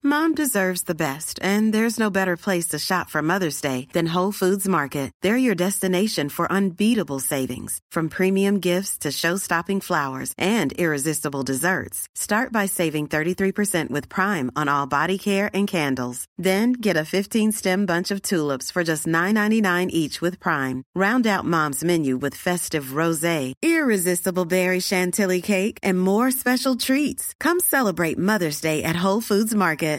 Mom deserves the best, and there's no better place to shop for Mother's Day than Whole Foods Market. They're your destination for unbeatable savings, from premium gifts to show-stopping flowers and irresistible desserts. Start by saving 33% with Prime on all body care and candles. Then get a 15-stem bunch of tulips for just $9.99 each with Prime. Round out Mom's menu with festive rosé, irresistible berry chantilly cake, and more special treats. Come celebrate Mother's Day at Whole Foods Market.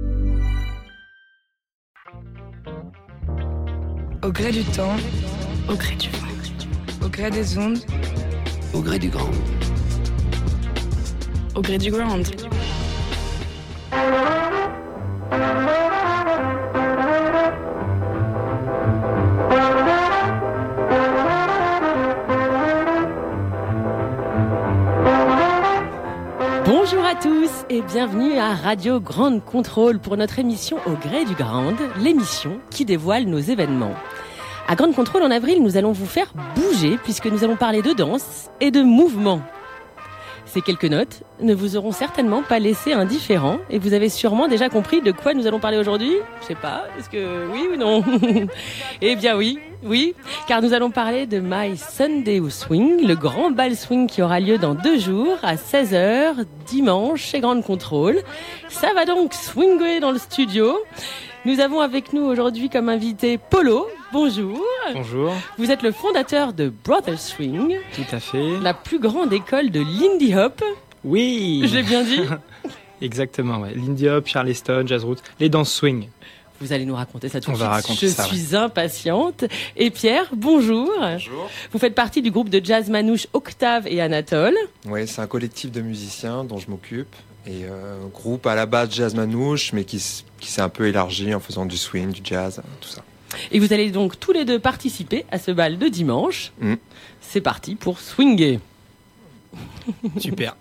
Au gré du temps, au gré du vent, au gré des ondes, au gré du grand, au gré du grand. Bonjour à tous et bienvenue à Radio Grande Contrôle pour notre émission Au gré du Grand, l'émission qui dévoile nos événements. À Grande Contrôle en avril, nous allons vous faire bouger puisque nous allons parler de danse et de mouvement. Ces quelques notes ne vous auront certainement pas laissé indifférents et vous avez sûrement déjà compris de quoi nous allons parler aujourd'hui. Je sais pas, est-ce que oui ou non? Eh bien oui, car nous allons parler de My Sunday Swing, le grand bal swing qui aura lieu dans 2 jours à 16h dimanche chez Grande Contrôle. Ça va donc swinger dans le studio. Nous avons avec nous aujourd'hui comme invité Polo. Bonjour. Bonjour. Vous êtes le fondateur de Brothers Swing. Tout à fait. La plus grande école de Lindy Hop. Oui. Je l'ai bien dit. Exactement, ouais. Lindy Hop, Charleston, Jazz Roots, les danses swing. Vous allez nous raconter ça tout de suite. On va raconter ça. Je suis impatiente. Et Pierre, bonjour. Bonjour. Vous faites partie du groupe de jazz manouche Octave et Anatole. Oui, c'est un collectif de musiciens dont je m'occupe. Et groupe à la base jazz manouche, mais qui s'est un peu élargi en faisant du swing, du jazz, tout ça. Et vous allez donc tous les deux participer à ce bal de dimanche. C'est parti pour swinger. Super.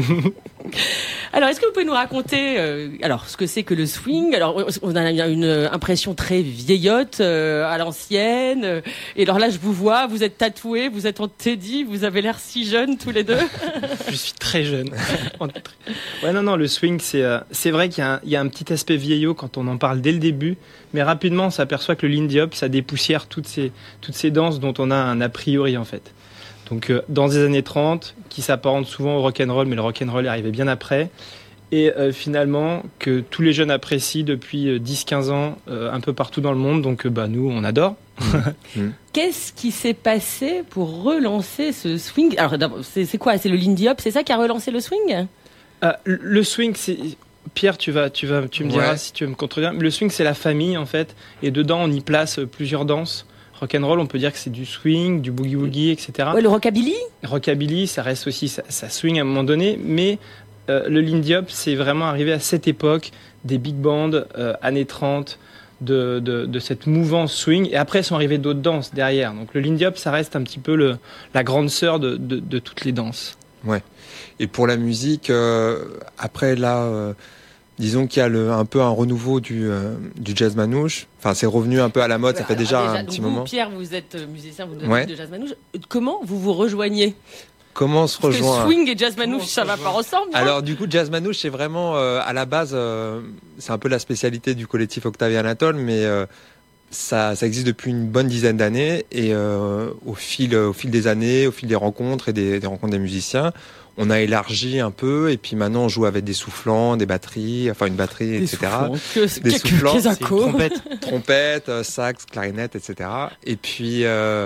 Alors, est-ce que vous pouvez nous raconter ce que c'est que le swing? Alors, on a une impression très vieillotte à l'ancienne. Et alors là, je vous vois, vous êtes tatoués, vous êtes en teddy, vous avez l'air si jeunes tous les deux. Je suis très jeune. Ouais, non, le swing, c'est vrai qu'il y a un petit aspect vieillot quand on en parle dès le début. Mais rapidement, on s'aperçoit que le Lindy Hop, ça dépoussière toutes ces danses dont on a un a priori, en fait. Donc, dans les années 30, qui s'apparente souvent au rock'n'roll, mais le rock'n'roll est arrivé bien après. Et finalement, que tous les jeunes apprécient depuis 10-15 ans, un peu partout dans le monde. Donc, nous, on adore. Qu'est-ce qui s'est passé pour relancer ce swing? Alors, c'est quoi? C'est le Lindy Hop, c'est ça qui a relancé le swing? Le swing, c'est... Pierre, tu me diras si tu veux me contredire. Le swing, c'est la famille, en fait. Et dedans, on y place plusieurs danses. Rock'n'roll, on peut dire que c'est du swing, du boogie-woogie, etc. Ouais, le rockabilly? Rockabilly, ça reste aussi, ça swing à un moment donné, mais le Lindy Hop, c'est vraiment arrivé à cette époque des big bands, années 30, de cette mouvance swing, et après sont arrivées d'autres danses derrière. Donc le Lindy Hop, ça reste un petit peu la grande sœur de toutes les danses. Ouais. Et pour la musique, après là... disons qu'il y a un peu un renouveau du jazz manouche. Enfin, c'est revenu un peu à la mode, ça fait déjà un petit moment. Pierre, vous êtes musicien, vous donnez de jazz manouche. Comment vous rejoignez? Comment on se rejoint? Parce que swing et jazz manouche, ça va pas ensemble, non? Alors, du coup, jazz manouche, c'est vraiment, à la base, c'est un peu la spécialité du collectif Octave et Anatole, mais ça existe depuis une bonne dizaine d'années. Et au fil des années, au fil des rencontres et des rencontres des musiciens, on a élargi un peu, et puis maintenant on joue avec des soufflants, des batteries, enfin une batterie, etc. Des soufflants, trompettes, sax, clarinette, etc. Et puis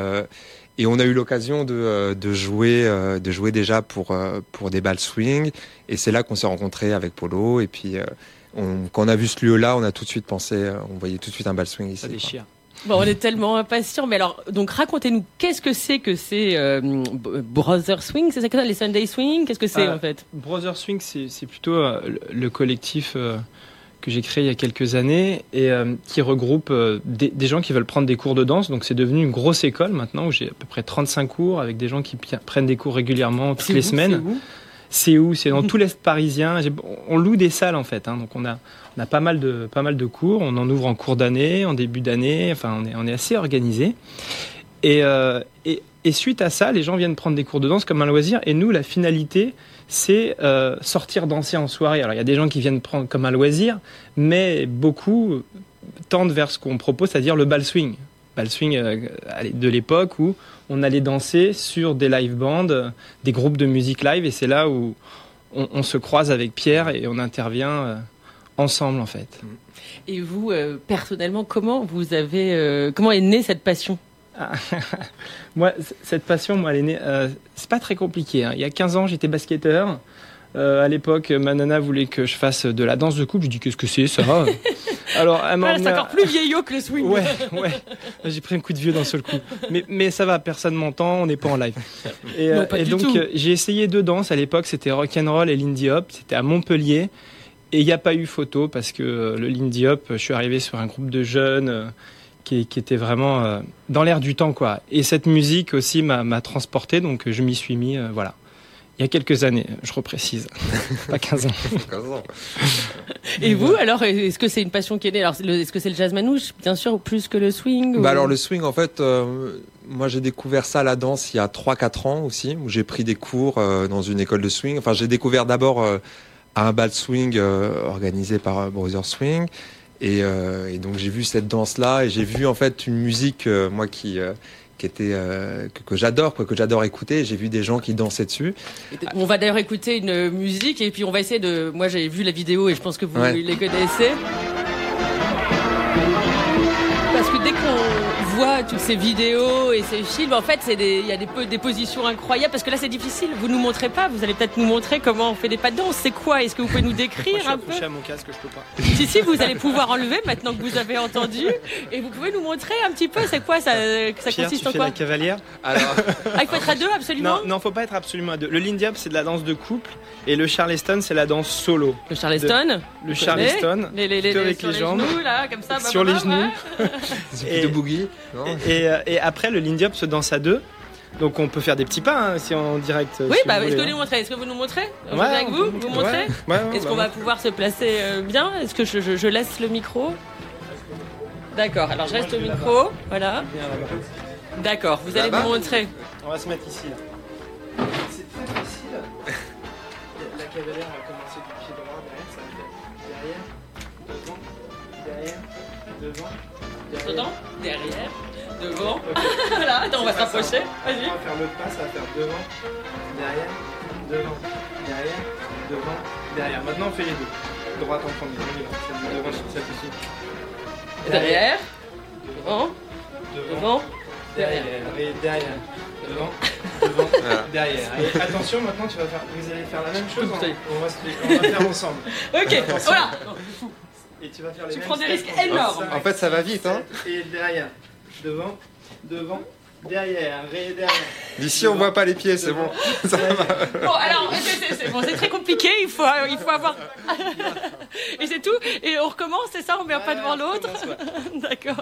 et on a eu l'occasion de jouer déjà pour des balles swing, et c'est là qu'on s'est rencontrés avec Polo. Et puis quand on a vu ce lieu-là, on a tout de suite pensé, on voyait tout de suite un bal swing ici. Ça déchire. Bon, on est tellement impatients. Mais alors, donc racontez-nous, qu'est-ce que c'est Brothers Swing? C'est ça que ça, les Sunday Swing? Qu'est-ce que c'est en fait? Brothers Swing, c'est plutôt le collectif que j'ai créé il y a quelques années, et qui regroupe des gens qui veulent prendre des cours de danse. Donc c'est devenu une grosse école maintenant, où j'ai à peu près 35 cours avec des gens qui prennent des cours régulièrement toutes les semaines. C'est où? C'est dans tout l'Est parisien. On loue des salles en fait, hein. Donc on a pas mal de cours. On en ouvre en cours d'année, en début d'année. Enfin, on est assez organisé. Et suite à ça, les gens viennent prendre des cours de danse comme un loisir. Et nous, la finalité, c'est sortir danser en soirée. Alors, il y a des gens qui viennent prendre comme un loisir, mais beaucoup tendent vers ce qu'on propose, c'est-à-dire le bal swing. Bal swing de l'époque où on allait danser sur des live bands, des groupes de musique live. Et c'est là où on se croise avec Pierre et on intervient ensemble, en fait. Et vous, personnellement, comment est née cette passion ? Moi, cette passion, elle est née. C'est pas très compliqué. Hein. Il y a 15 ans, j'étais basketteur. À l'époque, ma nana voulait que je fasse de la danse de couple. Je dis qu'est-ce que c'est ça ? Alors, c'est encore plus vieillot que le swing. Ouais. J'ai pris un coup de vieux d'un seul coup. Mais ça va, personne m'entend. On n'est pas en live. Et donc, j'ai essayé 2 danses à l'époque. C'était rock'n'roll et Lindy Hop. C'était à Montpellier. Et il n'y a pas eu photo parce que le Lindy Hop, je suis arrivé sur un groupe de jeunes. Qui était vraiment dans l'air du temps, quoi. Et cette musique aussi m'a transporté, donc je m'y suis mis, voilà. Il y a quelques années, je reprécise, pas 15 ans. 15 ans. Et vous, alors, est-ce que c'est une passion qui est née ? Alors, est-ce que c'est le jazz manouche, bien sûr, plus que le swing ? Alors, le swing, en fait, moi, j'ai découvert ça, la danse, il y a 3-4 ans aussi, où j'ai pris des cours dans une école de swing. Enfin, j'ai découvert d'abord à un bal swing organisé par Brother Swing. Et donc j'ai vu cette danse-là et j'ai vu en fait une musique moi qui était que j'adore, quoi, que j'adore écouter. J'ai vu des gens qui dansaient dessus. On va d'ailleurs écouter une musique et puis on va essayer de. Moi j'ai vu la vidéo et je pense que vous les connaissez. Parce que dès qu'on voit toutes ces vidéos et ces films, en fait, il y a des positions incroyables. Parce que là, c'est difficile. Vous nous montrez pas. Vous allez peut-être nous montrer comment on fait des pas de danse. C'est quoi ? Est-ce que vous pouvez nous décrire un peu ? Je suis à mon casque, je peux pas. Si, vous allez pouvoir enlever maintenant que vous avez entendu. Et vous pouvez nous montrer un petit peu. C'est quoi ça Pierre, consiste en tu fais quoi ? la cavalière. Alors, il faut être à 2 absolument. Non, faut pas être absolument à 2. Le Lindy Hop, c'est de la danse de couple, et le Charleston, c'est la danse solo. Le Charleston. Le Charleston. Plutôt avec les jambes. Genoux, là, comme ça. Sur les genoux. C'est plutôt boogie. Et après, le Lindy Hop se danse à 2. Donc on peut faire des petits pas si on est en direct. Oui, si est-ce que vous nous montrez ? On avec vous montrez ? Est-ce qu'on va pouvoir se placer bien ? Est-ce que je laisse le micro ? D'accord, alors je reste au micro, voilà. D'accord, vous allez nous montrer. On va se mettre ici là. C'est très facile. La cavalière va commencer du pied droit, derrière, devant. Voilà, attends, on va s'approcher. Vas-y. On va faire l'autre pas, ça va faire devant, derrière, derrière. Maintenant, on fait les 2. Droite en premier. Celle devant sur cette ici. Derrière, devant, derrière. Et derrière. Devant, derrière. Et attention, maintenant, vous allez faire la même chose. On va faire ensemble. Ok, voilà. Et tu vas faire les mêmes. Tu prends des risques énormes. En fait, ça va vite, hein. Et derrière. Devant, derrière, et derrière. D'ici, on voit pas les pieds, c'est bon. Ça va. Bon, alors, c'est très compliqué, il faut avoir... Et c'est tout. Et on recommence, c'est ça ? On ne met pas devant l'autre ? D'accord.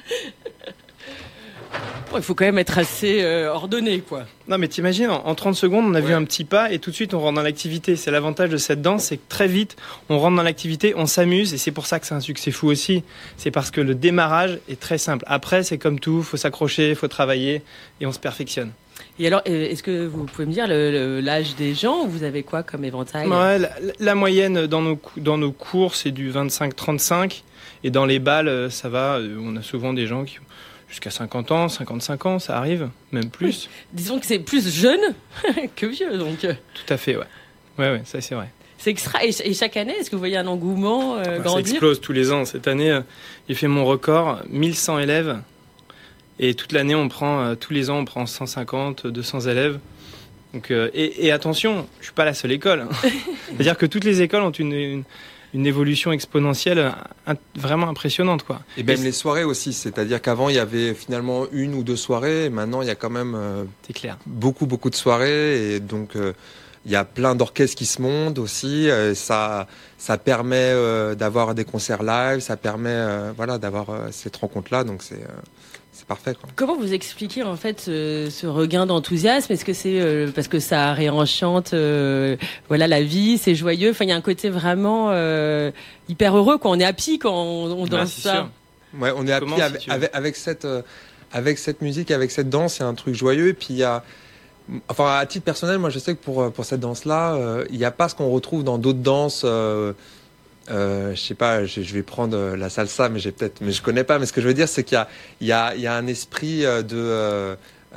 Bon, il faut quand même être assez ordonné, quoi. Non, mais t'imagines, en 30 secondes, on a vu un petit pas et tout de suite, on rentre dans l'activité. C'est l'avantage de cette danse, c'est que très vite, on rentre dans l'activité, on s'amuse et c'est pour ça que c'est un succès fou aussi. C'est parce que le démarrage est très simple. Après, c'est comme tout, il faut s'accrocher, il faut travailler et on se perfectionne. Et alors, est-ce que vous pouvez me dire l'âge des gens ? Vous avez quoi comme éventail ? Ouais, la moyenne dans nos cours, c'est du 25-35. Et dans les balles, ça va. On a souvent des gens qui ont jusqu'à 50 ans, 55 ans, ça arrive, même plus. Oui. Disons que c'est plus jeune que vieux, donc. Tout à fait, ouais. Ouais, ça c'est vrai. C'est extra. Et chaque année, est-ce que vous voyez un engouement grandir ? Ça explose tous les ans. Cette année, j'ai fait mon record, 1100 élèves. Et toute l'année, tous les ans, on prend 150, 200 élèves. Donc, et attention, je suis pas la seule école. C'est-à-dire que toutes les écoles ont une évolution exponentielle vraiment impressionnante, quoi. Et même les soirées aussi, c'est-à-dire qu'avant il y avait finalement 1 ou 2 soirées, et maintenant il y a quand même c'est clair. beaucoup de soirées, et donc il y a plein d'orchestres qui se montent aussi, ça permet d'avoir des concerts live, ça permet d'avoir cette rencontre-là, donc c'est parfait, quoi. Comment vous expliquez en fait ce regain d'enthousiasme ? Est-ce que c'est parce que ça réenchante la vie, c'est joyeux, enfin il y a un côté vraiment hyper heureux, quoi. On est happy quand on danse ça. Sûr. Ouais, on est happy avec cette avec cette musique, avec cette danse, il y a un truc joyeux. Et puis il y a, enfin à titre personnel, moi je sais que pour cette danse-là, il n'y a pas ce qu'on retrouve dans d'autres danses. Je sais pas, je vais prendre la salsa, mais je connais pas. Mais ce que je veux dire, c'est qu'il y a un esprit de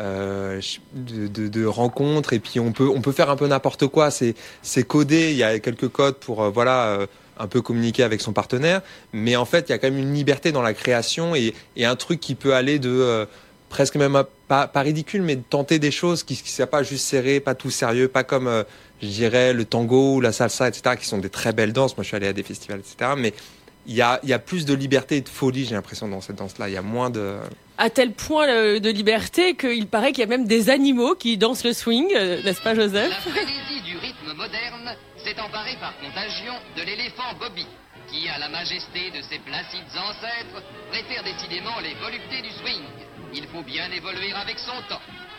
rencontre, et puis on peut faire un peu n'importe quoi. C'est codé. Il y a quelques codes pour un peu communiquer avec son partenaire, mais en fait il y a quand même une liberté dans la création et un truc qui peut aller de presque même pas ridicule, mais de tenter des choses qui ne soient pas juste serrées, pas tout sérieux, pas comme je dirais le tango ou la salsa, etc., qui sont des très belles danses. Moi je suis allé à des festivals, etc., mais il y a plus de liberté et de folie, j'ai l'impression, dans cette danse-là. Il y a moins de... À tel point de liberté qu'il paraît qu'il y a même des animaux qui dansent le swing, n'est-ce pas Joseph? La frénésie du rythme moderne s'est emparée par contagion de l'éléphant Bobby, qui, à la majesté de ses placides ancêtres, préfère décidément les voluptés du swing. Il faut bien évoluer avec son temps.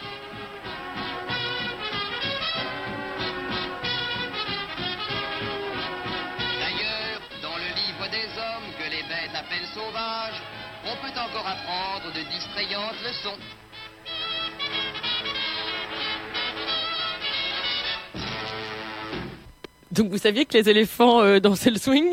D'ailleurs, dans le livre des hommes que les bêtes appellent sauvages, on peut encore apprendre de distrayantes leçons. Donc vous saviez que les éléphants dansaient le swing?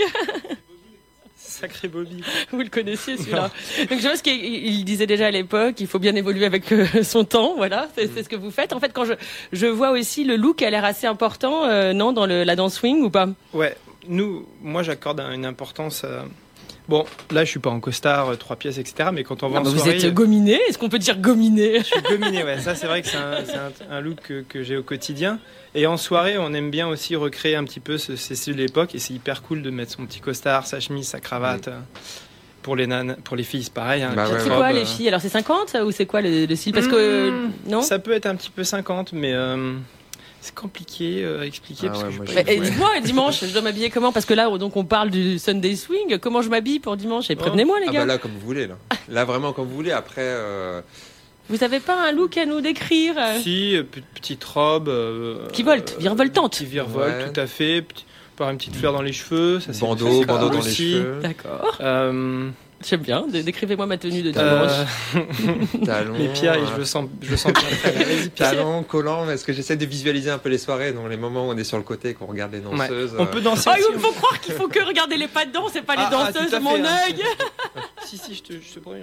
Sacré Bobby. Vous le connaissiez celui-là. Donc je vois ce qu'il disait déjà à l'époque, il faut bien évoluer avec son temps, voilà, c'est ce que vous faites. En fait, quand je vois aussi le look a l'air assez important, non, dans la danse swing ou pas? Ouais, moi j'accorde une importance... Bon, là je suis pas en costard, 3 pièces, etc., mais quand on va en soirée... Vous êtes gominé? Est-ce qu'on peut dire gominé? Je suis gominé, ouais, ça c'est vrai que c'est un look que j'ai au quotidien. Et en soirée, on aime bien aussi recréer un petit peu ce style de l'époque, et c'est hyper cool de mettre son petit costard, sa chemise, sa cravate. Pour les filles, c'est pareil. Hein, c'est quoi les filles? Alors c'est 50 ou c'est quoi le style? Parce que non. Ça peut être un petit peu 50, mais c'est compliqué à expliquer. Dites-moi, dimanche, je dois m'habiller comment? Parce que là, donc on parle du Sunday Swing. Comment je m'habille pour dimanche? Et prévenez-moi les gars. Là, comme vous voulez. Là vraiment comme vous voulez. Après. Vous avez pas un look à nous décrire? Si, petite robe. Qui volte, virevoltante. Qui virevolte, tout à fait. Par une petite fleur dans les cheveux. Ça, bandeau dans les cheveux. D'accord. J'aime bien. Décrivez-moi ma tenue de dimanche. Talons. Les Pierre, je le sens bien. Talons, collants. Est-ce que j'essaie de visualiser un peu les soirées, donc les moments où on est sur le côté, qu'on regarde les danseuses. On peut danser. Il faut croire qu'il faut que regarder les pas dedans, c'est pas les danseuses de mon œil. Si, je te promets.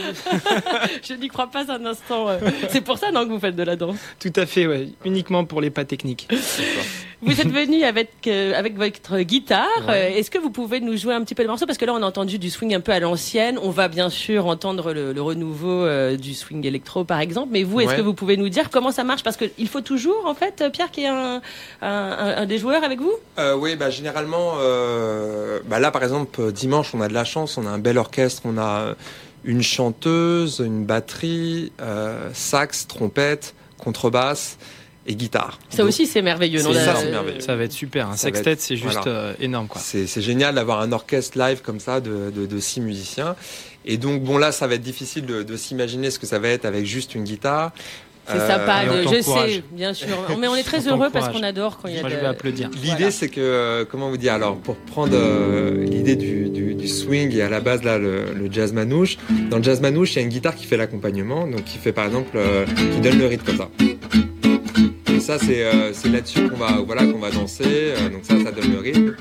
Je n'y crois pas un instant. C'est pour ça, non, que vous faites de la danse? Tout à fait, ouais. Uniquement pour les pas techniques. Vous êtes venu avec votre guitare. Ouais. Est-ce que vous pouvez nous jouer un petit peu de morceaux? Parce que là, on a entendu du swing un peu à l'ancienne. On va bien sûr entendre le renouveau du swing électro, par exemple. Mais vous, est-ce que vous pouvez nous dire comment ça marche? Parce qu'il faut toujours, en fait, Pierre, qu'il y ait un des joueurs avec vous? Oui, généralement, là, par exemple, dimanche, on a de la chance. On a un bel orchestre. On a une chanteuse, une batterie, sax, trompette, contrebasse et guitare. Ça aussi, c'est merveilleux. C'est merveilleux. Ça va être super. Un sextet, c'est juste énorme, quoi. C'est génial d'avoir un orchestre live comme ça de 6 musiciens. Et donc, là, ça va être difficile de s'imaginer ce que ça va être avec juste une guitare. C'est sympa, je sais, bien sûr. Mais on est très heureux parce qu'on adore quand il y a Moi, je vais applaudir. L'idée, c'est que, comment vous dire, alors, pour prendre l'idée du swing et à la base, là, le jazz manouche, dans le jazz manouche, il y a une guitare qui fait l'accompagnement, donc qui fait, par exemple, qui donne le rythme comme ça. Et ça, c'est là-dessus qu'on va danser, donc ça donne le rythme.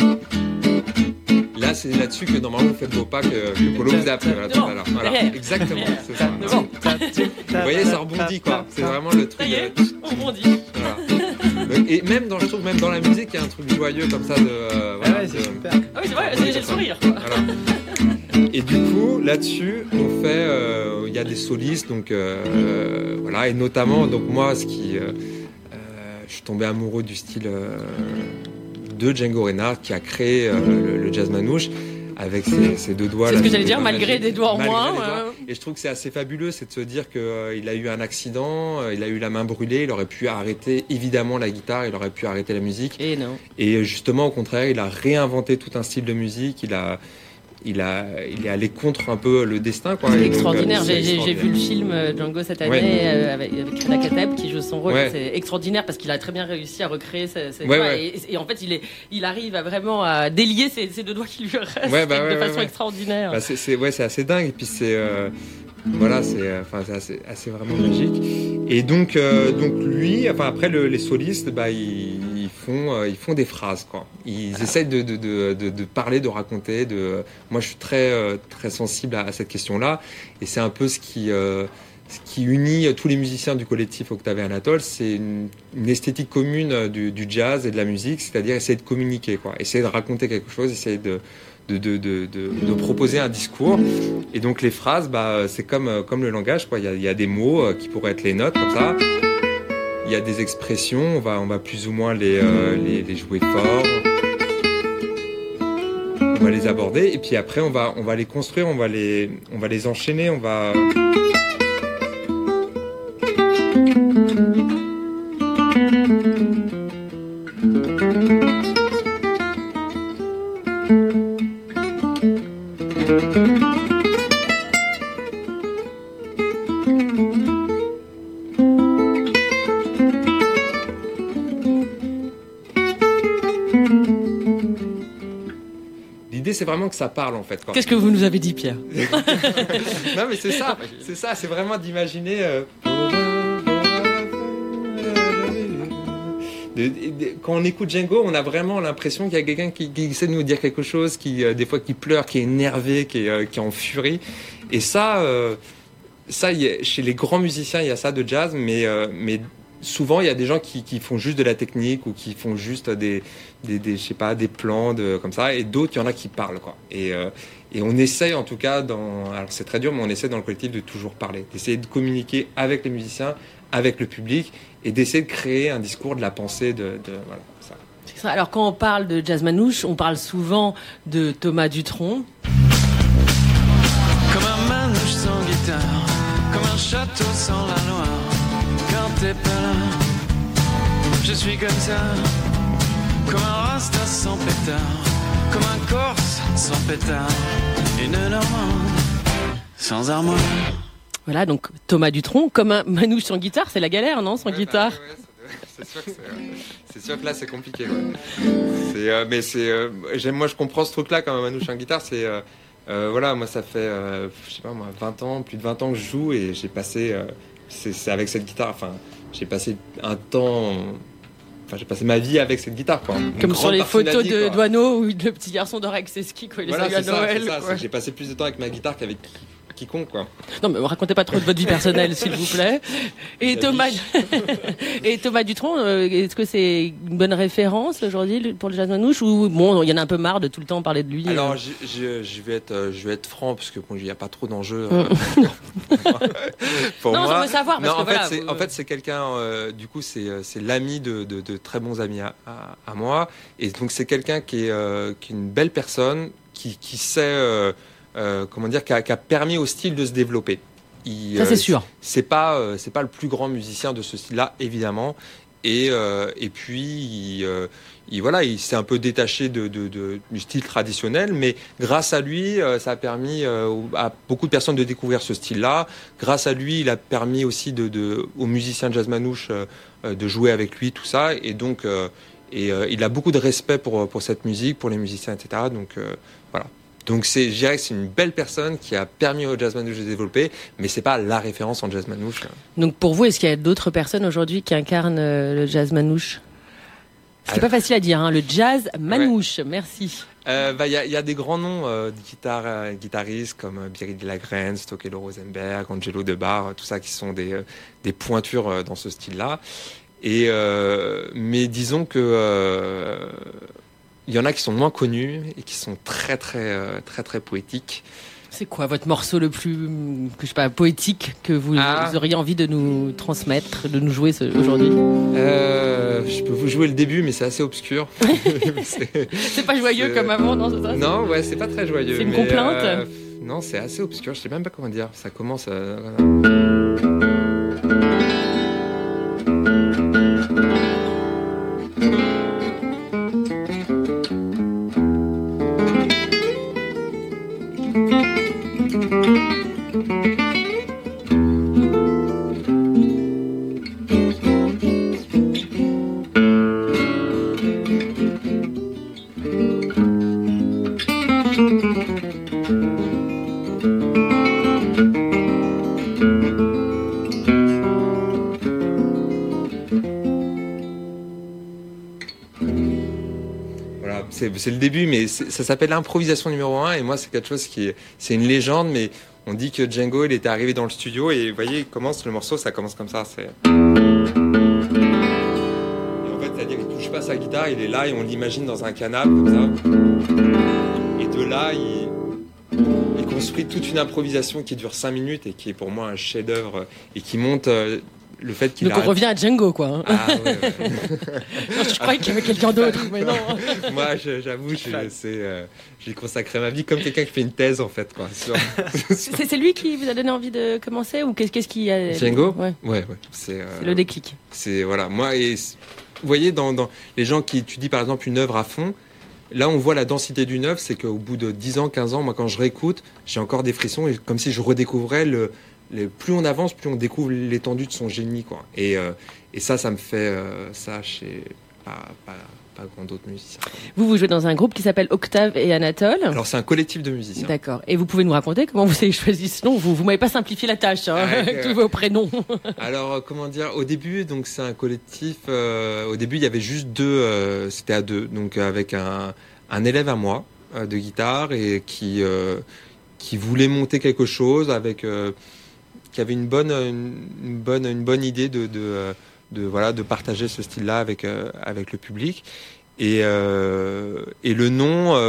Là, c'est là-dessus que normalement vous faites vos pas que Polo vous a appris tout à l'heure. Voilà, exactement, c'est ça. Vous voyez, ça rebondit, quoi. C'est vraiment le truc. Ça y est, on rebondit. Voilà. Et je trouve même dans la musique, il y a un truc joyeux comme ça c'est super. Ah oui, c'est vrai, j'ai le sourire. Voilà. Et du coup, là-dessus, on fait, il y a des solistes, donc et notamment, donc moi, je suis tombé amoureux du style de Django Reinhardt qui a créé le jazz manouche avec ses deux doigts. C'est ce que j'allais dire, malgré des doigts en moins. Et je trouve que c'est assez fabuleux, c'est de se dire qu'il a eu un accident, il a eu la main brûlée, il aurait pu arrêter évidemment la guitare, il aurait pu arrêter la musique. Et non. Et justement, au contraire, il a réinventé tout un style de musique, il est allé contre un peu le destin, quoi. C'est extraordinaire. J'ai vu le film Django cette année avec Reda Kateb qui joue son rôle. C'est extraordinaire parce qu'il a très bien réussi à recréer ses doigts. Et en fait, il arrive vraiment à délier ces deux doigts qui lui restent de façon extraordinaire. C'est assez dingue. Et puis Voilà, c'est assez vraiment magique. Et donc lui, enfin après les solistes, ils font des phrases quoi. Ils essayent de parler, de raconter. Moi, je suis très très sensible à cette question-là, et c'est un peu ce qui unit tous les musiciens du collectif Octave et Anatole. C'est une esthétique commune du jazz et de la musique, c'est-à-dire essayer de communiquer quoi, essayer de raconter quelque chose, essayer de proposer un discours. Et donc les phrases, c'est comme le langage quoi. Il y a des mots qui pourraient être les notes comme ça. Il y a des expressions, on va plus ou moins les jouer fort. On va les aborder et puis après on va les construire, on va les enchaîner, on va c'est vraiment que ça parle en fait. Quoi. Qu'est-ce que vous nous avez dit, Pierre? Non mais c'est ça, c'est vraiment d'imaginer. Quand on écoute Django, on a vraiment l'impression qu'il y a quelqu'un qui essaie de nous dire quelque chose, qui des fois qui pleure, qui est énervé, qui est en furie. Et ça, chez les grands musiciens, il y a ça de jazz, mais souvent il y a des gens qui font juste de la technique ou qui font juste des je sais pas, des plans comme ça, et d'autres il y en a qui parlent quoi. Et on essaye en tout cas alors c'est très dur, mais on essaie dans le collectif de toujours parler, d'essayer de communiquer avec les musiciens, avec le public, et d'essayer de créer un discours de la pensée voilà ça. C'est ça. Alors quand on parle de jazz manouche, on parle souvent de Thomas Dutronc. Comme un manouche sans guitare, comme un château sans la Loire. Quand t'es pas là, je suis comme ça. Comme un rasta sans pétard, comme un corse sans pétard, une normande sans armoire. Voilà, donc Thomas Dutronc, comme un manouche sans guitare, c'est la galère, non, sans guitare. C'est sûr que là c'est compliqué. Ouais. Moi je comprends ce truc-là comme un manouche sans guitare. Voilà, moi ça fait je sais pas moi 20 ans, plus de 20 ans que je joue, et j'ai passé c'est avec cette guitare. Enfin, j'ai passé un temps. Enfin, j'ai passé ma vie avec cette guitare, quoi. Comme sur les photos de Doineau ou le petit garçon de Rexeski, quoi. Voilà, c'est Noël, ça. Quoi. J'ai passé plus de temps avec ma guitare qu'avec quiconque, quoi. Non, mais racontez pas trop de votre vie personnelle, s'il vous plaît. Et Thomas Dutronc, est-ce que c'est une bonne référence aujourd'hui pour le jazz manouche, ou bon, il y en a un peu marre de tout le temps parler de lui? Alors, je vais être franc, parce que bon, il n'y a pas trop d'enjeux. Pour non, moi. Je veux savoir. Parce en fait, c'est quelqu'un. Du coup, c'est l'ami de très bons amis à moi, et donc c'est quelqu'un qui est une belle personne, qui sait. Comment dire, qui a permis au style de se développer. Ça c'est sûr. C'est pas le plus grand musicien de ce style-là, évidemment. Et puis il s'est un peu détaché du style traditionnel, mais grâce à lui, ça a permis à beaucoup de personnes de découvrir ce style-là. Grâce à lui, il a permis aussi aux musiciens de jazz manouche de jouer avec lui, tout ça. Et donc il a beaucoup de respect pour cette musique, pour les musiciens, etc. Donc voilà. Donc je dirais que c'est une belle personne qui a permis au jazz manouche de se développer, mais c'est pas la référence en jazz manouche. Donc pour vous, est-ce qu'il y a d'autres personnes aujourd'hui qui incarnent le jazz manouche? C'est pas facile à dire, hein, le jazz manouche. Ouais. Merci. Y a des grands noms de guitaristes comme Biréli Lagrenz, Tokelo Rosenberg, Angelo Debar, tout ça qui sont des pointures dans ce style-là. Mais disons que il y en a qui sont moins connus et qui sont très poétiques. C'est quoi votre morceau le plus, poétique que vous auriez envie de nous transmettre, de nous jouer aujourd'hui? Je peux vous jouer le début, mais c'est assez obscur. C'est pas joyeux comme avant, non? C'est ça? Non, ouais, c'est pas très joyeux. C'est une complainte? Non, c'est assez obscur. Je sais même pas comment dire. Ça commence. c'est le début, mais ça s'appelle l'improvisation numéro 1, et moi, c'est quelque chose c'est une légende, mais on dit que Django, il était arrivé dans le studio, et vous voyez, il commence le morceau, ça commence comme ça, c'est... Et en fait, c'est-à-dire qu'il touche pas sa guitare, il est là, et on l'imagine dans un canapé, comme ça. Et de là, il construit toute une improvisation qui dure 5 minutes, et qui est pour moi un chef-d'œuvre, et qui monte... le fait qu'il Donc on revient à Django, quoi. Hein. Ah ouais. Non, je croyais qu'il y avait quelqu'un d'autre, mais non. Moi, j'avoue, j'ai consacré ma vie comme quelqu'un qui fait une thèse, en fait, quoi. C'est lui qui vous a donné envie de commencer, ou qu'est-ce qui a... Django ? Ouais. C'est le déclic. C'est, voilà, moi, et vous voyez, dans les gens qui étudient, par exemple, une œuvre à fond, là, on voit la densité d'une œuvre, c'est qu'au bout de 10 ans, 15 ans, moi, quand je réécoute, j'ai encore des frissons, et comme si je redécouvrais plus on avance, plus on découvre l'étendue de son génie, quoi. Et ça me fait ça chez pas grand d'autres musiciens. Vous jouez dans un groupe qui s'appelle Octave et Anatole. Alors c'est un collectif de musiciens. D'accord. Et vous pouvez nous raconter comment vous avez choisi ce nom ? Vous m'avez pas simplifié la tâche, hein, avec tous vos prénoms. Alors comment dire ? Au début, donc c'est un collectif. Au début, il y avait juste deux. C'était à deux, donc avec un élève à moi de guitare et qui voulait monter quelque chose avec. Qui avait une bonne idée de partager ce style-là avec le public et le nom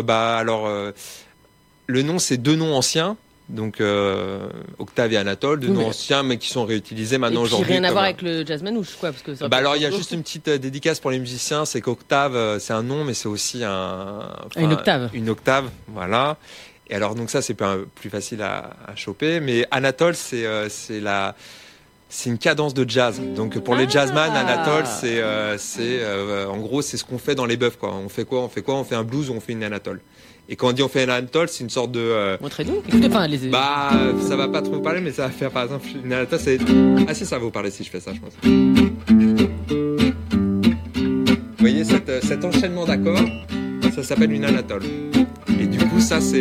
le nom c'est deux noms anciens donc Octave et Anatole, deux noms anciens mais qui sont réutilisés maintenant aujourd'hui. Rien à voir avec le jazz manouche, quoi, parce que alors il y a juste une petite dédicace pour les musiciens, c'est qu'Octave c'est un nom mais c'est aussi une octave. Une octave, voilà. Et alors donc ça c'est plus facile à choper, mais Anatole c'est une cadence de jazz. Donc pour les jazzman, Anatole c'est en gros c'est ce qu'on fait dans les bœufs, quoi. On fait quoi ? On fait un blues ou on fait une Anatole. Et quand on dit on fait une Anatole, c'est une sorte de montrez-nous. Écoutez pas les ça va pas trop vous parler, mais ça va faire par exemple une Anatole, c'est si ça va vous parler si je fais ça, je pense. Vous voyez cet enchaînement d'accords, ça s'appelle une Anatole. Et du coup, ça, c'est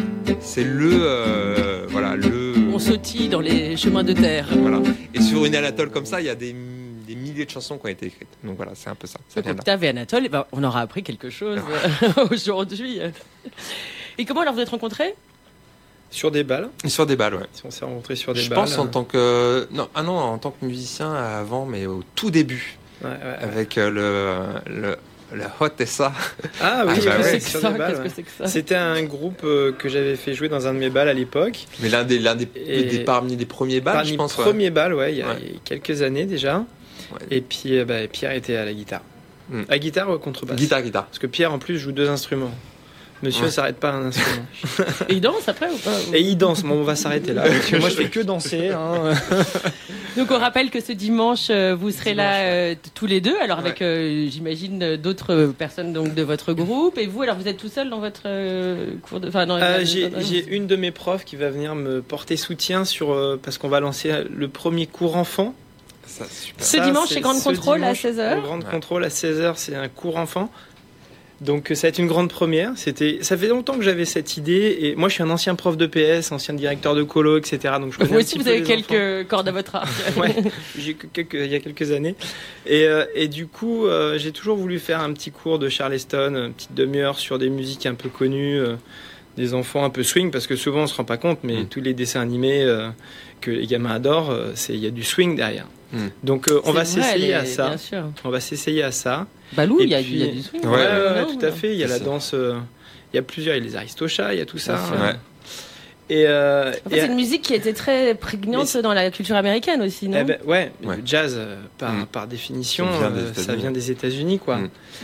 On sautille dans les chemins de terre. Voilà. Et sur une Anatole comme ça, il y a des milliers de chansons qui ont été écrites. Donc voilà, c'est un peu ça. Octave et Anatole, on aura appris quelque chose aujourd'hui. Et comment alors vous êtes rencontrés ? Sur des balles. Sur des balles, ouais. On s'est rencontrés sur des balles. Je pense en tant que... Non, en tant que musicien avant, mais au tout début. Ouais. Avec le Hot et ça. Ah oui, qu'est-ce que c'est que ça ? C'était un groupe que j'avais fait jouer dans un de mes balles à l'époque. Mais parmi les premiers balles, je pense. Parmi les premiers balles, il y a quelques années déjà. Ouais. Et puis Pierre était à la guitare. À guitare ou contrebasse ? Guitare. Parce que Pierre en plus joue deux instruments. Monsieur s'arrête pas à un instrument. Et il danse après ou pas ? Et il danse, mais on va s'arrêter là. Parce que moi je fais que danser. Hein. Donc on rappelle que ce dimanche vous serez là tous les deux, alors avec j'imagine d'autres personnes donc de votre groupe. Et vous, alors vous êtes tout seul dans votre cours de... J'ai une de mes profs qui va venir me porter soutien parce qu'on va lancer le premier cours enfant. Ça, super. Ce dimanche chez Grande Contrôle à 16h. Grande Contrôle à 16h, c'est un cours enfant. Donc ça va être une grande première. Ça fait longtemps que j'avais cette idée. Et moi, je suis un ancien prof de PS, ancien directeur de colo, etc. Donc je connais vous aussi, vous avez quelques cordes à votre arc. J'ai il y a quelques années. Et du coup, j'ai toujours voulu faire un petit cours de Charleston, une petite demi-heure sur des musiques un peu connues, des enfants un peu swing, parce que souvent on se rend pas compte, mais tous les dessins animés que les gamins adorent, il y a du swing derrière. Donc on va s'essayer à ça. On va s'essayer à ça. Balou, il y a du swing. Ouais, tout à fait. Il y a la danse. Il y a plusias. Il y a les Aristochats. Il y a tout ça. C'est une musique qui a été très prégnante dans la culture américaine aussi, non ? Le jazz, par définition, ça vient des États-Unis, quoi.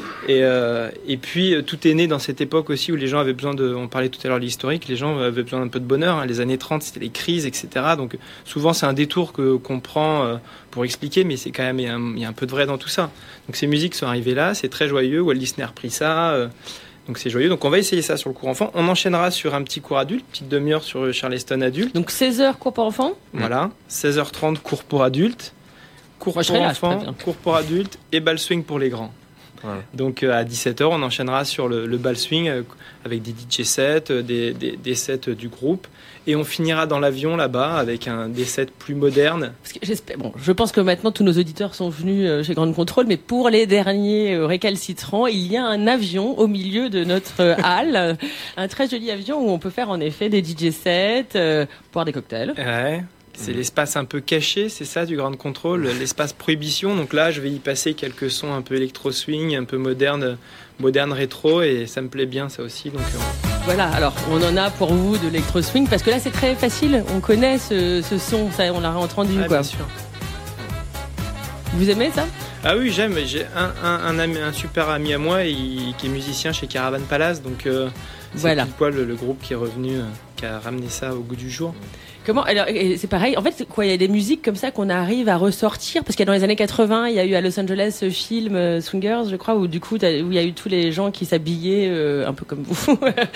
Et puis, tout est né dans cette époque aussi où les gens avaient besoin de... On parlait tout à l'heure de l'historique, les gens avaient besoin d'un peu de bonheur. Hein. Les années 30, c'était les crises, etc. Donc, souvent, c'est un détour qu'on prend pour expliquer, mais c'est quand même... Il y a un peu de vrai dans tout ça. Donc, ces musiques sont arrivées là, c'est très joyeux. Walt Disney a repris ça... Donc c'est joyeux. Donc on va essayer ça sur le cours enfant. On enchaînera sur un petit cours adulte, petite demi-heure sur Charleston adulte. Donc 16h cours pour enfants. Voilà. 16h30 cours pour adultes. Cours pour enfants, cours pour adultes et bal swing pour les grands. Voilà. Donc à 17h, on enchaînera sur le bal swing avec des DJ sets, des sets du groupe. Et on finira dans l'avion là-bas avec des sets plus modernes. Parce que je pense que maintenant tous nos auditeurs sont venus chez Grande Contrôle, mais pour les derniers récalcitrants, il y a un avion au milieu de notre halle, un très joli avion où on peut faire en effet des DJ sets, boire des cocktails. Ouais. C'est l'espace un peu caché, c'est ça, du Grande Contrôle, l'espace prohibition. Donc là, je vais y passer quelques sons un peu électro-swing, un peu moderne rétro, et ça me plaît bien, ça aussi. Donc, Voilà, alors on en a pour vous de l'électro-swing, parce que là, c'est très facile. On connaît ce son, ça, on l'a entendu, ouais, quoi. Bien sûr. Vous aimez ça ? Ah oui, j'aime. J'ai un super ami à moi qui est musicien chez Caravan Palace. Donc, c'est voilà. pile poil le groupe qui est revenu, qui a ramené ça au goût du jour. Comment, alors, c'est pareil. En fait, il y a des musiques comme ça qu'on arrive à ressortir, parce qu'il y a dans les années 80, il y a eu à Los Angeles ce film Swingers, je crois, où du coup, où il y a eu tous les gens qui s'habillaient un peu comme vous,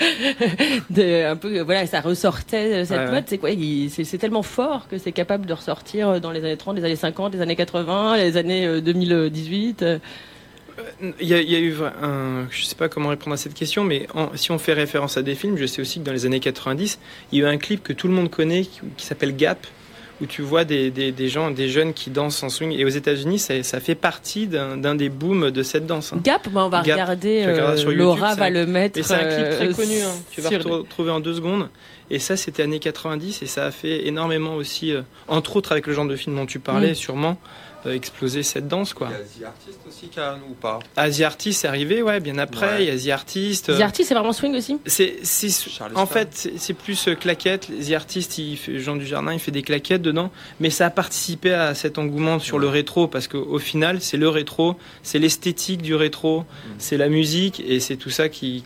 voilà, ça ressortait cette mode. Ouais. C'est quoi c'est tellement fort que c'est capable de ressortir dans les années 30, les années 50, les années 80, les années 2018. Il y a eu je sais pas comment répondre à cette question, mais si on fait référence à des films, je sais aussi que dans les années 90, il y a eu un clip que tout le monde connaît qui s'appelle Gap, où tu vois des jeunes qui dansent en swing. Et aux États-Unis, ça fait partie d'un des booms de cette danse. Hein. Gap, on va regarder. Laura YouTube, va le mettre. Et c'est un clip très connu. Hein. Tu vas retrouver en 2 secondes. Et ça, c'était années 90, et ça a fait énormément aussi, entre autres avec le genre de film dont tu parlais, sûrement. Exploser cette danse, quoi. Il y a The Artist aussi qui a ou pas? The Artist c'est arrivé, ouais, bien après. Il y a The Artist. The Artist, c'est vraiment swing aussi. En fait, c'est plus claquettes. The Artist, Jean Dujardin, il fait des claquettes dedans, mais ça a participé à cet engouement sur le rétro, parce qu'au final, c'est le rétro, c'est l'esthétique du rétro, c'est la musique, et c'est tout ça qui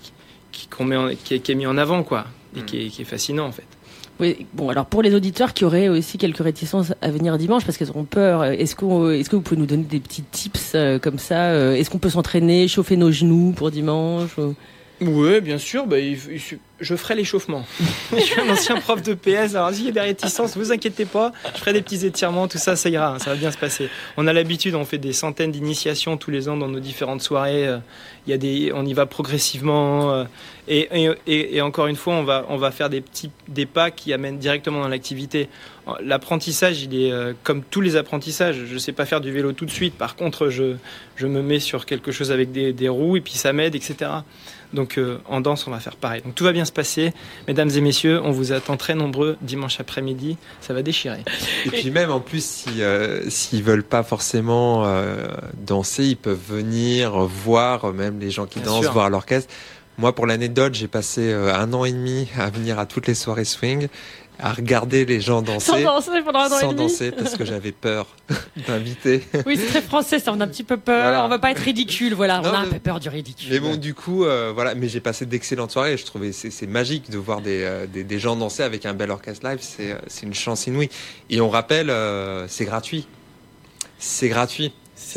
est mis en avant, quoi, et qui est fascinant, en fait. Oui, bon, alors pour les auditeurs qui auraient aussi quelques réticences à venir dimanche parce qu'ils auront peur, est-ce que vous pouvez nous donner des petits tips comme ça? Est-ce qu'on peut s'entraîner, chauffer nos genoux pour dimanche? Oui, bien sûr. Je ferai l'échauffement. Je suis un ancien prof de PS, alors s'il y a des réticences, vous inquiétez pas, je ferai des petits étirements, tout ça, ça ira, ça va bien se passer. On a l'habitude, on fait des centaines d'initiations tous les ans dans nos différentes soirées. On y va progressivement, et encore une fois, on va faire des pas qui amènent directement dans l'activité. L'apprentissage, il est comme tous les apprentissages. Je sais pas faire du vélo tout de suite. Par contre, je me mets sur quelque chose avec des roues et puis ça m'aide, etc. Donc en danse, on va faire pareil. Donc tout va bien se passer. Mesdames et messieurs, on vous attend très nombreux dimanche après-midi. Ça va déchirer. Et puis même en plus, s'ils veulent pas forcément danser, ils peuvent venir voir même les gens qui dansent, voir l'orchestre. Moi, pour l'anecdote, j'ai passé 1 an et demi à venir à toutes les soirées swing, à regarder les gens danser. Sans danser pendant 1 an et demi. Sans danser, parce que j'avais peur d'inviter. Oui, c'est très français, ça, on a un petit peu peur. Voilà. On va pas être ridicule, voilà. Non, on a un peu peur du ridicule. Mais bon, du coup, voilà. Mais j'ai passé d'excellentes soirées et je trouvais c'est magique de voir des gens danser avec un bel orchestre live. C'est une chance inouïe. Et on rappelle, c'est gratuit. C'est gratuit.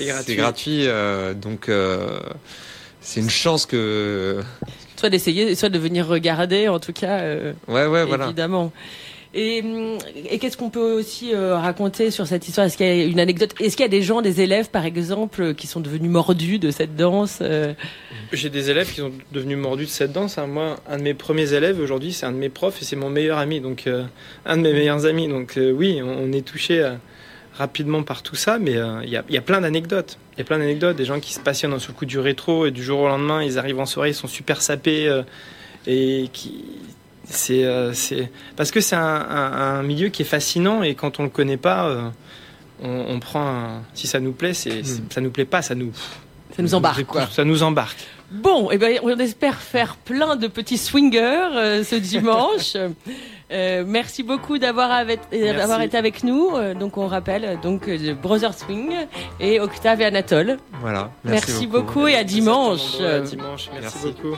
Donc, c'est une chance que... Soit d'essayer, soit de venir regarder, en tout cas. Voilà. Évidemment. Et qu'est-ce qu'on peut aussi raconter sur cette histoire? Est-ce qu'il y a une anecdote? Est-ce qu'il y a des gens, des élèves, par exemple, qui sont devenus mordus de cette danse? J'ai des élèves qui sont devenus mordus de cette danse. Hein. Moi, un de mes premiers élèves, aujourd'hui, c'est un de mes profs et c'est mon meilleur ami. Donc, un de mes meilleurs amis. Donc, oui, on est touché rapidement par tout ça, mais il y a plein d'anecdotes. Il y a plein d'anecdotes, des gens qui se passionnent sur le coup du rétro et du jour au lendemain, ils arrivent en soirée, ils sont super sapés et qui... C'est parce que c'est un milieu qui est fascinant et quand on le connaît pas, on prend si ça nous plaît, ça nous plaît pas, ça nous embarque, quoi. Ça nous embarque. Bon, on espère faire plein de petits swingers ce dimanche. Merci beaucoup d'avoir été avec nous. Donc on rappelle Brother Swing et Octave et Anatole. Voilà. Merci beaucoup et à dimanche. À dimanche. Merci beaucoup.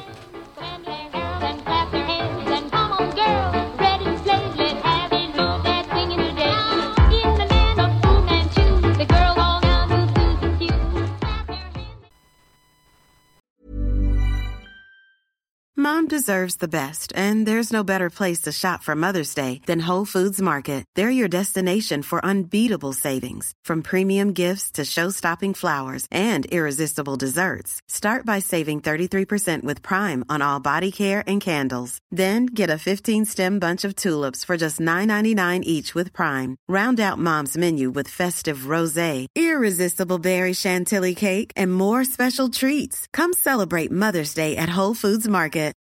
Mom deserves the best, and there's no better place to shop for Mother's Day than Whole Foods Market. They're your destination for unbeatable savings, from premium gifts to show-stopping flowers and irresistible desserts. Start by saving 33% with Prime on all body care and candles. Then get a 15-stem bunch of tulips for just $9.99 each with Prime. Round out Mom's menu with festive rosé, irresistible berry chantilly cake, and more special treats. Come celebrate Mother's Day at Whole Foods Market.